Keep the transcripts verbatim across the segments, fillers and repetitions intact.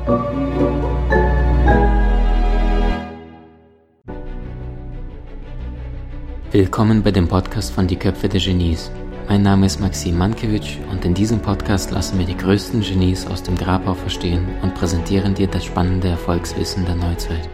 Willkommen bei dem Podcast von Die Köpfe der Genies. Mein Name ist Maxim Mankewitsch und in diesem Podcast lassen wir die größten Genies aus dem Grabau verstehen und präsentieren dir das spannende Erfolgswissen der Neuzeit.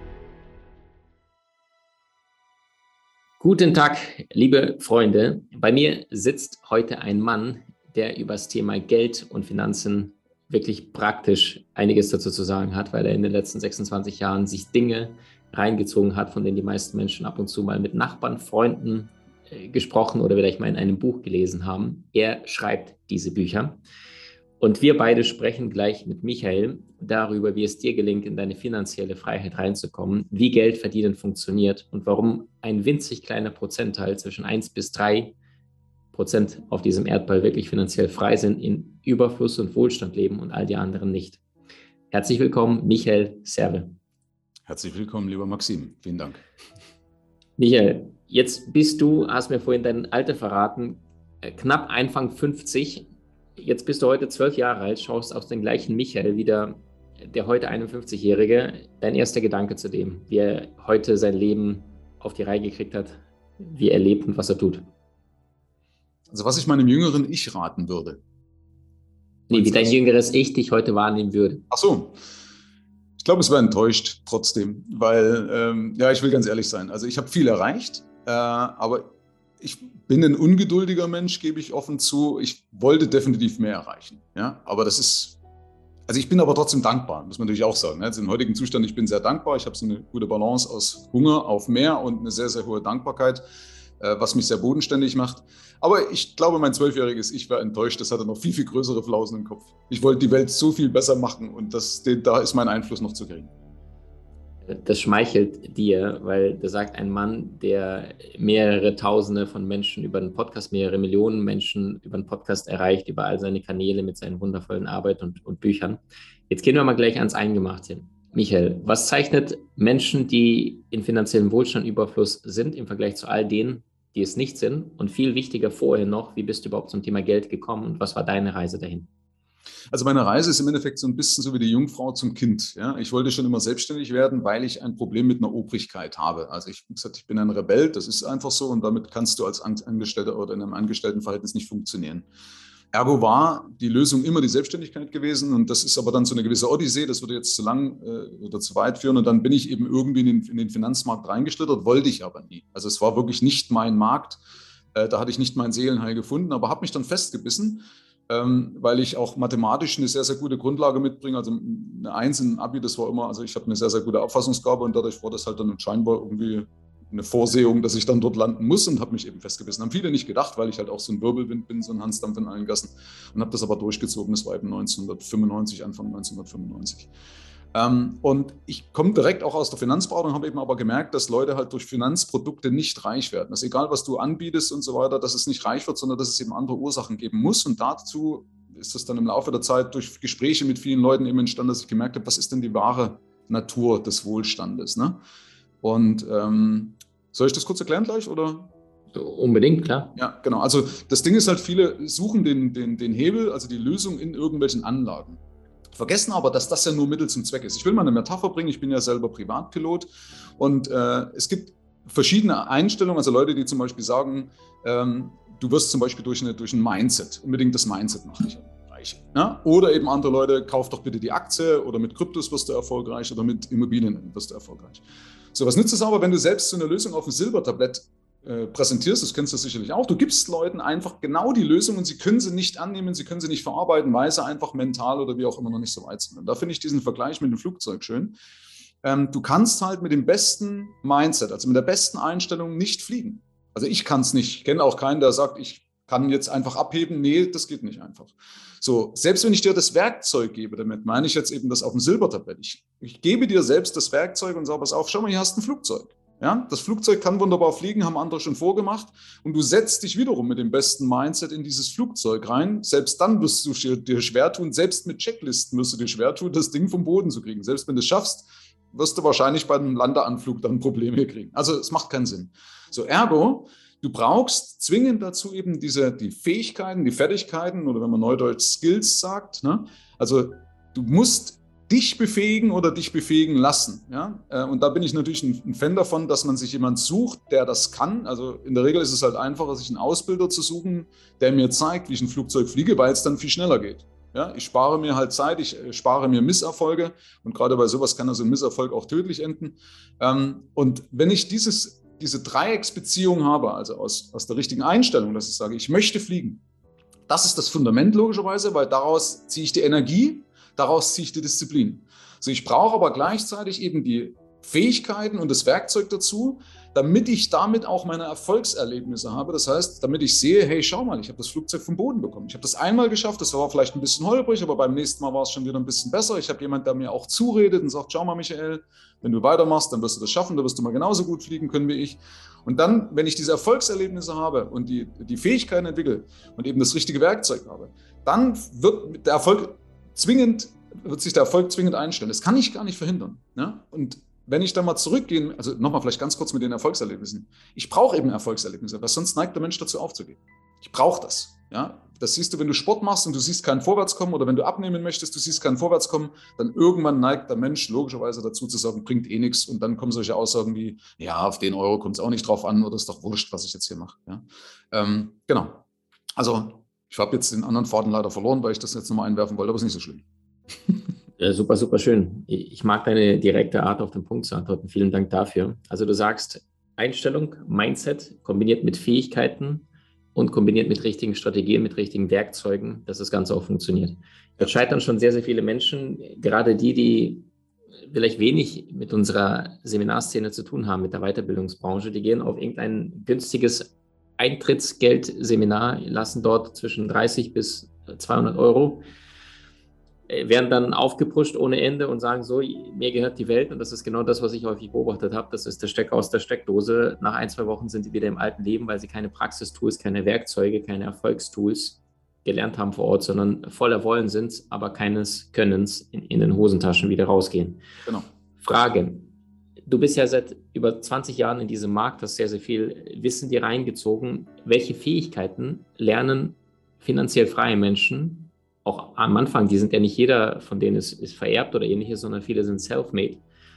Guten Tag, liebe Freunde. Bei mir sitzt heute ein Mann, der über das Thema Geld und Finanzen wirklich praktisch einiges dazu zu sagen hat, weil er in den letzten sechsundzwanzig Jahren sich Dinge reingezogen hat, von denen die meisten Menschen ab und zu mal mit Nachbarn, Freunden äh, gesprochen oder vielleicht mal in einem Buch gelesen haben. Er schreibt diese Bücher. Und wir beide sprechen gleich mit Michael darüber, wie es dir gelingt, in deine finanzielle Freiheit reinzukommen, wie Geld verdienen funktioniert und warum ein winzig kleiner Prozentteil zwischen eins bis drei Prozent auf diesem Erdball wirklich finanziell frei sind, in Überfluss und Wohlstand leben und all die anderen nicht. Herzlich willkommen, Michael Serve. Herzlich willkommen, lieber Maxim. Vielen Dank. Michael, jetzt bist du, hast mir vorhin dein Alter verraten, knapp Anfang fünfzig. Jetzt bist du heute zwölf Jahre alt, schaust aus dem gleichen Michael wieder, der heute einundfünfzigjährige. Dein erster Gedanke zu dem, wie er heute sein Leben auf die Reihe gekriegt hat, wie er lebt und was er tut. Also was ich meinem jüngeren Ich raten würde. Nee, wie dein jüngeres Ich dich heute wahrnehmen würde. Ach so. Ich glaube, es war enttäuscht trotzdem, weil, ähm, ja, ich will ganz ehrlich sein. Also ich habe viel erreicht, äh, aber ich bin ein ungeduldiger Mensch, gebe ich offen zu. Ich wollte definitiv mehr erreichen. Ja? Aber das ist, also ich bin aber trotzdem dankbar, muss man natürlich auch sagen. Also im heutigen Zustand, ich bin sehr dankbar. Ich habe so eine gute Balance aus Hunger auf mehr und eine sehr, sehr hohe Dankbarkeit, äh, was mich sehr bodenständig macht. Aber ich glaube, mein zwölfjähriges Ich war enttäuscht. Das hatte noch viel, viel größere Flausen im Kopf. Ich wollte die Welt so viel besser machen und das, da ist mein Einfluss noch zu gering. Das schmeichelt dir, weil da sagt ein Mann, der mehrere Tausende von Menschen über den Podcast, mehrere Millionen Menschen über den Podcast erreicht, über all seine Kanäle mit seinen wundervollen Arbeit und, und Büchern. Jetzt gehen wir mal gleich ans Eingemachte. Michael, was zeichnet Menschen, die in finanziellem Wohlstand, Überfluss sind, im Vergleich zu all denen, die es nicht sind? Und viel wichtiger vorher noch, wie bist du überhaupt zum Thema Geld gekommen und was war deine Reise dahin? Also meine Reise ist im Endeffekt so ein bisschen so wie die Jungfrau zum Kind. Ja? Ich wollte schon immer selbstständig werden, weil ich ein Problem mit einer Obrigkeit habe. Also ich, wie gesagt, ich bin ein Rebell, das ist einfach so und damit kannst du als Angestellter oder in einem Angestelltenverhältnis nicht funktionieren. Ergo war die Lösung immer die Selbstständigkeit gewesen und das ist aber dann so eine gewisse Odyssee, das würde jetzt zu lang äh, oder zu weit führen und dann bin ich eben irgendwie in den, in den Finanzmarkt reingeschlittert, wollte ich aber nie. Also es war wirklich nicht mein Markt, äh, da hatte ich nicht mein Seelenheil gefunden, aber habe mich dann festgebissen, ähm, weil ich auch mathematisch eine sehr, sehr gute Grundlage mitbringe, also eine Eins im Abi, das war immer, also ich habe eine sehr, sehr gute Auffassungsgabe und dadurch war das halt dann scheinbar irgendwie eine Vorsehung, dass ich dann dort landen muss und habe mich eben festgebissen. Haben viele nicht gedacht, weil ich halt auch so ein Wirbelwind bin, so ein Hansdampf in allen Gassen und habe das aber durchgezogen. Das war eben neunzehnhundertfünfundneunzig, Anfang neunzehnhundertfünfundneunzig. Ähm, und ich komme direkt auch aus der Finanzberatung, habe eben aber gemerkt, dass Leute halt durch Finanzprodukte nicht reich werden. Das ist egal, was du anbietest und so weiter, dass es nicht reich wird, sondern dass es eben andere Ursachen geben muss. Und dazu ist es dann im Laufe der Zeit durch Gespräche mit vielen Leuten eben entstanden, dass ich gemerkt habe, was ist denn die wahre Natur des Wohlstandes, ne? Und ähm, soll ich das kurz erklären gleich, oder? Unbedingt, klar. Ja, genau. Also das Ding ist halt, viele suchen den, den, den Hebel, also die Lösung in irgendwelchen Anlagen. Vergessen aber, dass das ja nur Mittel zum Zweck ist. Ich will mal eine Metapher bringen, ich bin ja selber Privatpilot und äh, es gibt verschiedene Einstellungen, also Leute, die zum Beispiel sagen, ähm, du wirst zum Beispiel durch, eine, durch ein Mindset, unbedingt das Mindset macht dich reich. Ja? Oder eben andere Leute, kauf doch bitte die Aktie oder mit Kryptos wirst du erfolgreich oder mit Immobilien wirst du erfolgreich. So, was nützt es aber, wenn du selbst so eine Lösung auf dem Silbertablett äh, präsentierst, das kennst du sicherlich auch, du gibst Leuten einfach genau die Lösung und sie können sie nicht annehmen, sie können sie nicht verarbeiten, weil sie einfach mental oder wie auch immer noch nicht so weit sind. Und da finde ich diesen Vergleich mit dem Flugzeug schön. Ähm, du kannst halt mit dem besten Mindset, also mit der besten Einstellung nicht fliegen. Also ich kann es nicht, ich kenne auch keinen, der sagt, ich kann jetzt einfach abheben. Nee, das geht nicht einfach. So, selbst wenn ich dir das Werkzeug gebe, damit meine ich jetzt eben das auf dem Silbertablett. Ich, ich gebe dir selbst das Werkzeug und sage, pass auf, schau mal, hier hast du ein Flugzeug. Ja, das Flugzeug kann wunderbar fliegen, haben andere schon vorgemacht. Und du setzt dich wiederum mit dem besten Mindset in dieses Flugzeug rein. Selbst dann wirst du dir schwer tun, selbst mit Checklisten wirst du dir schwer tun, das Ding vom Boden zu kriegen. Selbst wenn du es schaffst, wirst du wahrscheinlich bei einem Landeanflug dann Probleme kriegen. Also es macht keinen Sinn. So, ergo, du brauchst zwingend dazu eben diese, die Fähigkeiten, die Fertigkeiten oder wenn man neudeutsch Skills sagt. Ne? Also du musst dich befähigen oder dich befähigen lassen. Ja? Und da bin ich natürlich ein Fan davon, dass man sich jemanden sucht, der das kann. Also in der Regel ist es halt einfacher, sich einen Ausbilder zu suchen, der mir zeigt, wie ich ein Flugzeug fliege, weil es dann viel schneller geht. Ja? Ich spare mir halt Zeit, ich spare mir Misserfolge und gerade bei sowas kann also ein Misserfolg auch tödlich enden. Und wenn ich dieses, diese Dreiecksbeziehung habe, also aus, aus der richtigen Einstellung, dass ich sage, ich möchte fliegen, das ist das Fundament logischerweise, weil daraus ziehe ich die Energie, daraus ziehe ich die Disziplin. Also ich brauche aber gleichzeitig eben die Fähigkeiten und das Werkzeug dazu, damit ich damit auch meine Erfolgserlebnisse habe. Das heißt, damit ich sehe, hey, schau mal, ich habe das Flugzeug vom Boden bekommen. Ich habe das einmal geschafft, das war vielleicht ein bisschen holprig, aber beim nächsten Mal war es schon wieder ein bisschen besser. Ich habe jemanden, der mir auch zuredet und sagt, schau mal, Michael, wenn du weitermachst, dann wirst du das schaffen, dann wirst du mal genauso gut fliegen können wie ich. Und dann, wenn ich diese Erfolgserlebnisse habe und die, die Fähigkeiten entwickle und eben das richtige Werkzeug habe, dann wird der Erfolg zwingend, wird sich der Erfolg zwingend einstellen. Das kann ich gar nicht verhindern. Ja? Und wenn ich da mal zurückgehe, also nochmal vielleicht ganz kurz mit den Erfolgserlebnissen. Ich brauche eben Erfolgserlebnisse, weil sonst neigt der Mensch dazu aufzugeben. Ich brauche das. Ja? Das siehst du, wenn du Sport machst und du siehst keinen Vorwärtskommen oder wenn du abnehmen möchtest, du siehst keinen Vorwärtskommen, dann irgendwann neigt der Mensch logischerweise dazu zu sagen, bringt eh nichts und dann kommen solche Aussagen wie, ja, auf den Euro kommt es auch nicht drauf an oder ist doch wurscht, was ich jetzt hier mache. Ja? Ähm, genau. Also ich habe jetzt den anderen Faden leider verloren, weil ich das jetzt nochmal einwerfen wollte, aber ist nicht so schlimm. Ja, super, super schön. Ich mag deine direkte Art, auf den Punkt zu antworten. Vielen Dank dafür. Also du sagst, Einstellung, Mindset kombiniert mit Fähigkeiten und kombiniert mit richtigen Strategien, mit richtigen Werkzeugen, dass das Ganze auch funktioniert. Jetzt scheitern schon sehr, sehr viele Menschen, gerade die, die vielleicht wenig mit unserer Seminarszene zu tun haben, mit der Weiterbildungsbranche, die gehen auf irgendein günstiges Eintrittsgeldseminar, lassen dort zwischen dreißig bis zweihundert Euro, werden dann aufgepusht ohne Ende und sagen so, mir gehört die Welt und das ist genau das, was ich häufig beobachtet habe. Das ist der Stecker aus der Steckdose. Nach ein, zwei Wochen sind sie wieder im alten Leben, weil sie keine Praxistools, keine Werkzeuge, keine Erfolgstools gelernt haben vor Ort, sondern voller Wollen sind, aber keines Könnens in, in den Hosentaschen wieder rausgehen. Genau. Frage. Du bist ja seit über zwanzig Jahren in diesem Markt, hast sehr, sehr viel Wissen dir reingezogen. Welche Fähigkeiten lernen finanziell freie Menschen? Auch am Anfang, die sind ja nicht jeder von denen ist, ist vererbt oder ähnliches, sondern viele sind self-made.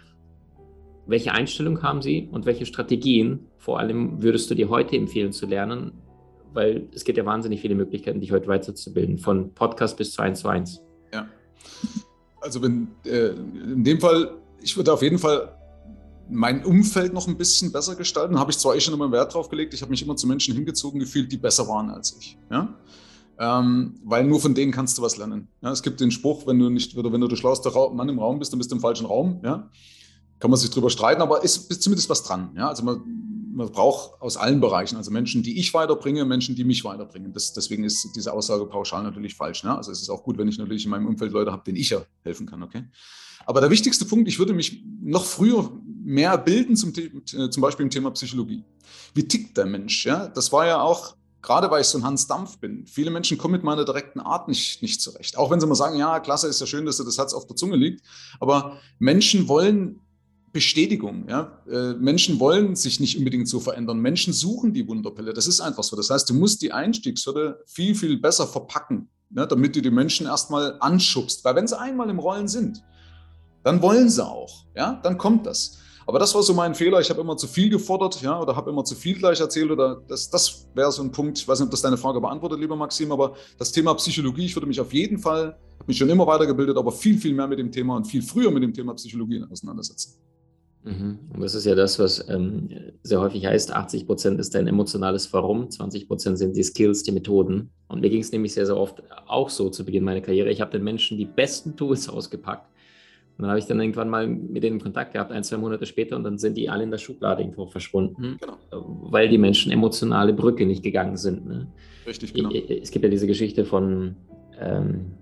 Welche Einstellung haben sie und welche Strategien vor allem würdest du dir heute empfehlen zu lernen? Weil es gibt ja wahnsinnig viele Möglichkeiten, dich heute weiterzubilden, von Podcast bis zu eins zu eins. Ja, also wenn, äh, in dem Fall, ich würde auf jeden Fall mein Umfeld noch ein bisschen besser gestalten. Da habe ich zwar eh schon immer Wert drauf gelegt, ich habe mich immer zu Menschen hingezogen gefühlt, die besser waren als ich. Ja? Ähm, weil nur von denen kannst du was lernen. Ja, es gibt den Spruch, wenn du nicht, oder wenn du der schlauste Mann im Raum bist, dann bist du im falschen Raum. Ja? Kann man sich drüber streiten, aber ist, ist zumindest was dran. Ja? Also man, man braucht aus allen Bereichen, also Menschen, die ich weiterbringe, Menschen, die mich weiterbringen. Das, deswegen ist diese Aussage pauschal natürlich falsch. Ne? Also es ist auch gut, wenn ich natürlich in meinem Umfeld Leute habe, denen ich ja helfen kann. Okay? Aber der wichtigste Punkt, ich würde mich noch früher mehr bilden, zum, zum Beispiel im Thema Psychologie. Wie tickt der Mensch? Ja? Das war ja auch, gerade weil ich so ein Hans Dampf bin, viele Menschen kommen mit meiner direkten Art nicht, nicht zurecht. Auch wenn sie mal sagen, ja, klasse, ist ja schön, dass dir das Herz auf der Zunge liegt. Aber Menschen wollen Bestätigung. Ja? Äh, Menschen wollen sich nicht unbedingt so verändern. Menschen suchen die Wunderpille. Das ist einfach so. Das heißt, du musst die Einstiegshürde viel, viel besser verpacken, ne? Damit du die Menschen erstmal anschubst. Weil wenn sie einmal im Rollen sind, dann wollen sie auch. Ja? Dann kommt das. Aber das war so mein Fehler. Ich habe immer zu viel gefordert, ja, oder habe immer zu viel gleich erzählt. Oder das, das wäre so ein Punkt. Ich weiß nicht, ob das deine Frage beantwortet, lieber Maxim, aber das Thema Psychologie, ich würde mich auf jeden Fall, habe mich schon immer weitergebildet, aber viel, viel mehr mit dem Thema und viel früher mit dem Thema Psychologie auseinandersetzen. Mhm. Und das ist ja das, was ähm, sehr häufig heißt, achtzig Prozent ist dein emotionales Warum, zwanzig Prozent sind die Skills, die Methoden. Und mir ging es nämlich sehr, sehr oft auch so zu Beginn meiner Karriere. Ich habe den Menschen die besten Tools ausgepackt. Und dann habe ich dann irgendwann mal mit denen Kontakt gehabt, ein, zwei Monate später, und dann sind die alle in der Schublade irgendwo verschwunden, genau. Weil die Menschen emotionale Brücke nicht gegangen sind. Ne? Richtig, genau. Es gibt ja diese Geschichte von, ähm,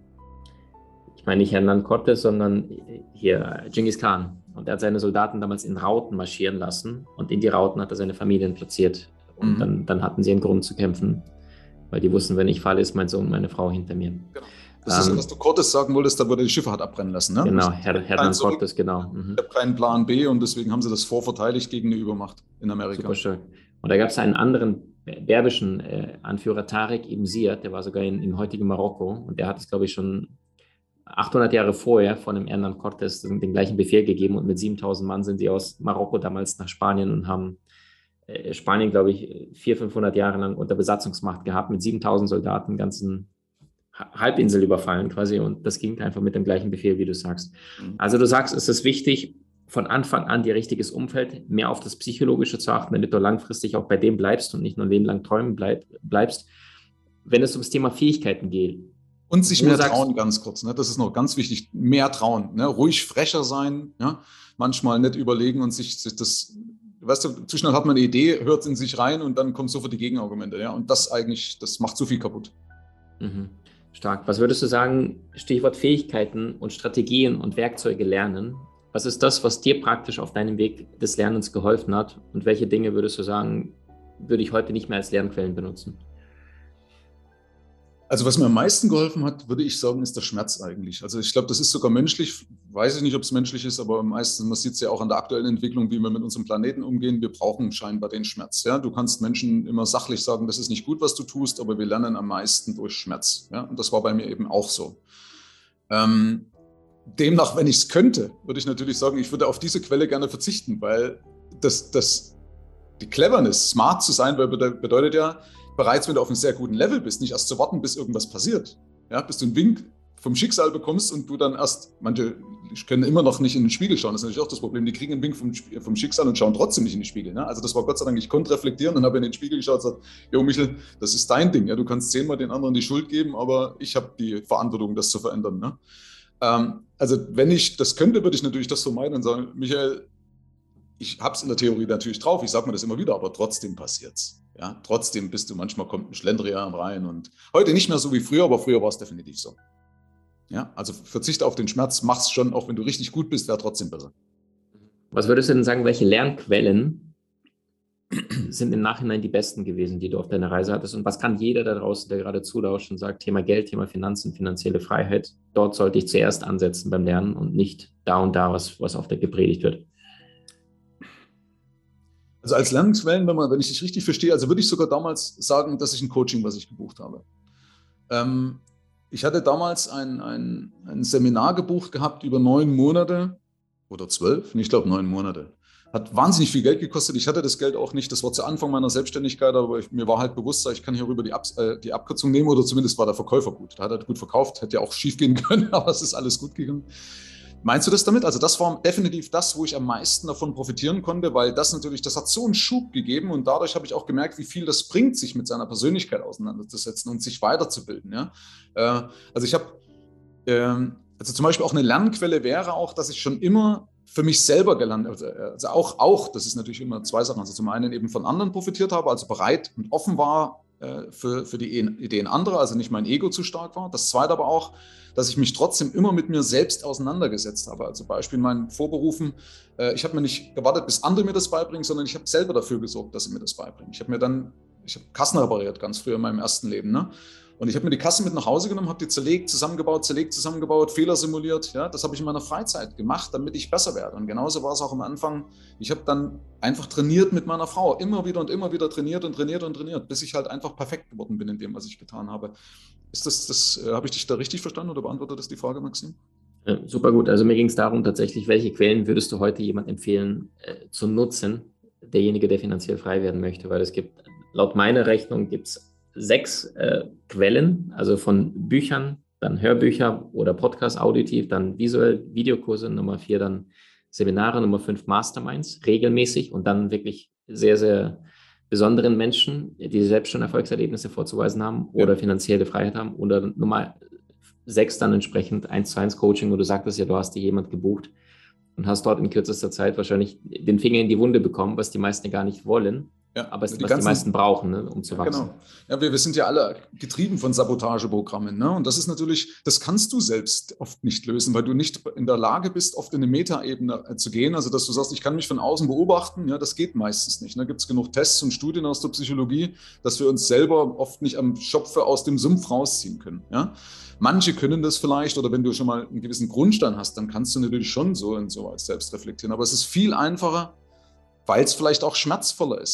ich meine nicht Herrn Cortes, sondern hier Genghis Khan. Und er hat seine Soldaten damals in Rauten marschieren lassen und in die Rauten hat er seine Familien platziert. Und mhm. dann, dann hatten sie einen Grund zu kämpfen, weil die wussten, wenn ich falle, ist mein Sohn und meine Frau hinter mir. Genau. Das ist, um, was du Cortes sagen wolltest, da wurde die Schiffe hat abbrennen lassen. Ne? Genau, Herr, Herrn Cortes, genau. Mhm. Ich habe keinen Plan B und deswegen haben sie das vorverteidigt gegen eine Übermacht in Amerika. Super schön. Und da gab es einen anderen berbischen äh, Anführer, Tarek Ibn Ziyad, der war sogar in, im heutigen Marokko und der hat es, glaube ich, schon achthundert Jahre vorher von dem Hernán Cortés den gleichen Befehl gegeben und mit siebentausend Mann sind sie aus Marokko damals nach Spanien und haben äh, Spanien, glaube ich, vierhundert, fünfhundert Jahre lang unter Besatzungsmacht gehabt, mit siebentausend Soldaten, ganzen Halbinsel überfallen quasi, und das ging einfach mit dem gleichen Befehl, wie du sagst. Also du sagst, es ist wichtig, von Anfang an dir richtiges Umfeld, mehr auf das Psychologische zu achten, damit du langfristig auch bei dem bleibst und nicht nur ein Leben lang träumen bleib, bleibst. Wenn es ums Thema Fähigkeiten geht. Und sich mehr sagst, trauen, ganz kurz, ne? Das ist noch ganz wichtig, mehr trauen, ne? Ruhig frecher sein, ja? Manchmal nicht überlegen und sich, sich das, weißt du, zwischendurch hat man eine Idee, hört in sich rein und dann kommen sofort die Gegenargumente, ja? Und das eigentlich, das macht so viel kaputt. Mhm. Stark. Was würdest du sagen, Stichwort Fähigkeiten und Strategien und Werkzeuge lernen? Was ist das, was dir praktisch auf deinem Weg des Lernens geholfen hat? Und welche Dinge würdest du sagen, würde ich heute nicht mehr als Lernquellen benutzen? Also was mir am meisten geholfen hat, würde ich sagen, ist der Schmerz eigentlich. Also ich glaube, das ist sogar menschlich, weiß ich nicht, ob es menschlich ist, aber meistens, man sieht es ja auch an der aktuellen Entwicklung, wie wir mit unserem Planeten umgehen. Wir brauchen scheinbar den Schmerz. Ja? Du kannst Menschen immer sachlich sagen, das ist nicht gut, was du tust, aber wir lernen am meisten durch Schmerz. Ja? Und das war bei mir eben auch so. Ähm, demnach, wenn ich es könnte, würde ich natürlich sagen, ich würde auf diese Quelle gerne verzichten, weil das, das, die Cleverness, smart zu sein, bedeutet ja, bereits, wenn du auf einem sehr guten Level bist, nicht erst zu warten, bis irgendwas passiert. Ja, bis du einen Wink vom Schicksal bekommst und du dann erst, manche können immer noch nicht in den Spiegel schauen, das ist natürlich auch das Problem, die kriegen einen Wink vom, vom Schicksal und schauen trotzdem nicht in den Spiegel. Ne? Also das war Gott sei Dank, ich konnte reflektieren und habe in den Spiegel geschaut und gesagt, jo Michel, das ist dein Ding, ja? Du kannst zehnmal den anderen die Schuld geben, aber ich habe die Verantwortung, das zu verändern. Ne? Ähm, also wenn ich das könnte, würde ich natürlich das vermeiden und sagen, Michael, ich habe es in der Theorie natürlich drauf, ich sage mir das immer wieder, aber trotzdem passiert es. Ja, trotzdem bist du, manchmal kommt ein Schlendrian rein und heute nicht mehr so wie früher, aber früher war es definitiv so. Ja, also verzichte auf den Schmerz, mach's schon, auch wenn du richtig gut bist, wäre trotzdem besser. Was würdest du denn sagen, welche Lernquellen sind im Nachhinein die besten gewesen, die du auf deiner Reise hattest? Und was kann jeder da draußen, der gerade zulauscht und sagt, Thema Geld, Thema Finanzen, finanzielle Freiheit, dort sollte ich zuerst ansetzen beim Lernen und nicht da und da, was, was auf der gepredigt wird? Also als Lernquellen, wenn, man, wenn ich dich richtig verstehe, also würde ich sogar damals sagen, dass ich ein Coaching, was ich gebucht habe. Ähm, ich hatte damals ein, ein, ein Seminar gebucht gehabt über neun Monate oder zwölf, ich glaube neun Monate. Hat wahnsinnig viel Geld gekostet. Ich hatte das Geld auch nicht, das war zu Anfang meiner Selbstständigkeit, aber ich, mir war halt bewusst, ich kann hierüber die, Ab, äh, die Abkürzung nehmen oder zumindest war der Verkäufer gut. Der hat halt gut verkauft, hätte ja auch schief gehen können, aber es ist alles gut gegangen. Meinst du das damit? Also das war definitiv das, wo ich am meisten davon profitieren konnte, weil das natürlich, das hat so einen Schub gegeben und dadurch habe ich auch gemerkt, wie viel das bringt, sich mit seiner Persönlichkeit auseinanderzusetzen und sich weiterzubilden. Ja? Äh, also ich habe, äh, also zum Beispiel auch eine Lernquelle wäre auch, dass ich schon immer für mich selber gelernt habe. Also auch, auch, das ist natürlich immer zwei Sachen. Also zum einen eben von anderen profitiert habe, also bereit und offen war äh, für, für die Ideen anderer, also nicht mein Ego zu stark war. Das zweite aber auch, dass ich mich trotzdem immer mit mir selbst auseinandergesetzt habe. Also Beispiel mein Vorberufen, äh, ich habe mir nicht gewartet, bis andere mir das beibringen, sondern ich habe selber dafür gesorgt, dass sie mir das beibringen. Ich habe mir dann, ich habe Kassen repariert ganz früher in meinem ersten Leben, ne? Und ich habe mir die Kasse mit nach Hause genommen, habe die zerlegt, zusammengebaut, zerlegt, zusammengebaut, Fehler simuliert. Ja, das habe ich in meiner Freizeit gemacht, damit ich besser werde. Und genauso war es auch am Anfang. Ich habe dann einfach trainiert mit meiner Frau. Immer wieder und immer wieder trainiert und trainiert und trainiert, bis ich halt einfach perfekt geworden bin in dem, was ich getan habe. Ist das, das äh, habe ich dich da richtig verstanden oder beantwortet das die Frage, Maxim? Ja, super gut. Also mir ging es darum, tatsächlich, welche Quellen würdest du heute jemand empfehlen äh, zu nutzen, derjenige, der finanziell frei werden möchte? Weil es gibt, laut meiner Rechnung gibt es sechs äh, Quellen, also von Büchern, dann Hörbücher oder Podcast auditiv, dann visuell Videokurse, Nummer vier dann Seminare, Nummer fünf Masterminds, regelmäßig und dann wirklich sehr, sehr besonderen Menschen, die selbst schon Erfolgserlebnisse vorzuweisen haben oder finanzielle Freiheit haben, oder Nummer sechs dann entsprechend eins zu eins Coaching, wo du sagtest ja, du hast dir jemand gebucht und hast dort in kürzester Zeit wahrscheinlich den Finger in die Wunde bekommen, was die meisten gar nicht wollen. Ja, aber es, die was ganzen, die meisten brauchen, ne, um zu wachsen. Genau. Ja, wir, wir sind ja alle getrieben von Sabotageprogrammen. Ne? Und das ist natürlich, das kannst du selbst oft nicht lösen, weil du nicht in der Lage bist, oft in eine Metaebene zu gehen. Also, dass du sagst, ich kann mich von außen beobachten, ja, das geht meistens nicht. Da ne? gibt es genug Tests und Studien aus der Psychologie, dass wir uns selber oft nicht am Schopfe aus dem Sumpf rausziehen können. Ja? Manche können das vielleicht, oder wenn du schon mal einen gewissen Grundstein hast, dann kannst du natürlich schon so und so als selbst reflektieren. Aber es ist viel einfacher, weil es vielleicht auch schmerzvoller ist. Ja?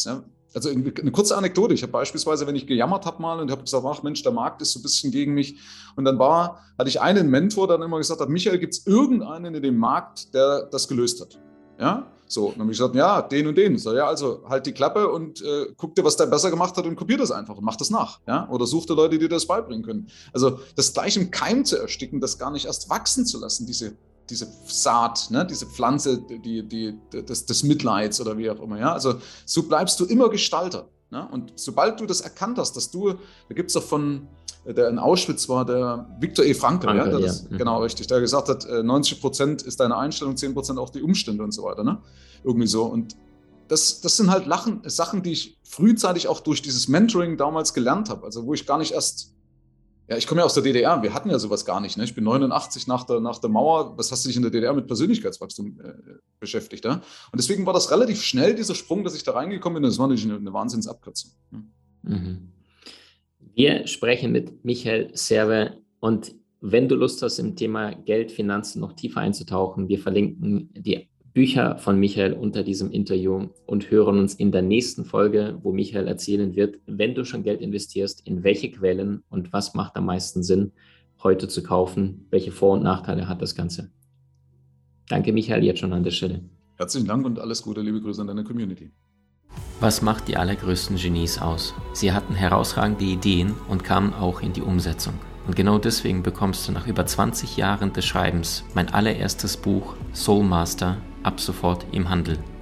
Also eine kurze Anekdote. Ich habe beispielsweise, wenn ich gejammert habe mal und habe gesagt, ach Mensch, der Markt ist so ein bisschen gegen mich. Und dann war, hatte ich einen Mentor, der dann immer gesagt hat, Michael, gibt es irgendeinen in dem Markt, der das gelöst hat? Ja, so. Und dann habe ich gesagt, ja, den und den. So, ja, also halt die Klappe und äh, guck dir, was der besser gemacht hat und kopier das einfach und mach das nach. Ja? Oder such dir Leute, die dir das beibringen können. Also das gleich im Keim zu ersticken, das gar nicht erst wachsen zu lassen, diese diese Saat, ne, diese Pflanze die, die, des, des Mitleids oder wie auch immer. Ja? Also so bleibst du immer Gestalter. Ne? Und sobald du das erkannt hast, dass du, da gibt es doch von, der in Auschwitz war, der Viktor E. Frankl, Frankl ja, der das, ja. Genau, richtig, der gesagt hat, neunzig Prozent ist deine Einstellung, zehn Prozent auch die Umstände und so weiter. Ne? Irgendwie so. Und das, das sind halt Lachen, Sachen, die ich frühzeitig auch durch dieses Mentoring damals gelernt habe. Also wo ich gar nicht erst Ja, ich komme ja aus der D D R, wir hatten ja sowas gar nicht. Ne? Ich bin neunundachtzig nach der, nach der Mauer, was hast du dich in der D D R mit Persönlichkeitswachstum äh, beschäftigt? Ja? Und deswegen war das relativ schnell, dieser Sprung, dass ich da reingekommen bin. Das war natürlich eine, eine Wahnsinnsabkürzung. Mhm. Wir sprechen mit Michael Serve und wenn du Lust hast, im Thema Geld, Finanzen noch tiefer einzutauchen, wir verlinken die Bücher von Michael unter diesem Interview und hören uns in der nächsten Folge, wo Michael erzählen wird, wenn du schon Geld investierst, in welche Quellen und was macht am meisten Sinn, heute zu kaufen, welche Vor- und Nachteile hat das Ganze. Danke, Michael, jetzt schon an der Stelle. Herzlichen Dank und alles Gute, liebe Grüße an deine Community. Was macht die allergrößten Genies aus? Sie hatten herausragende Ideen und kamen auch in die Umsetzung. Und genau deswegen bekommst du nach über zwanzig Jahren des Schreibens mein allererstes Buch Soul Master ab sofort im Handel.